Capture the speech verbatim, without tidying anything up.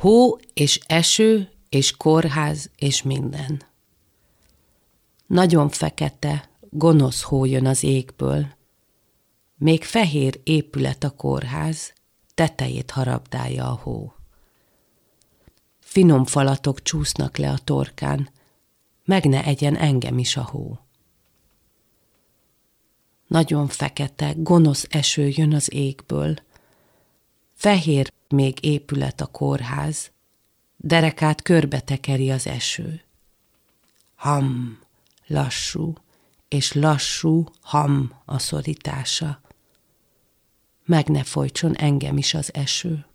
Hó és eső és kórház és minden. Nagyon fekete, gonosz hó jön az égből, még fehér épület a kórház, tetejét harabdálja a hó. Finom falatok csúsznak le a torkán, meg ne egyen engem is a hó. Nagyon fekete, gonosz eső jön az égből, fehér még épület a kórház, derekát körbetekeri az eső. Ham, lassú, és lassú, ham a szorítása. Meg ne folytson engem is az eső.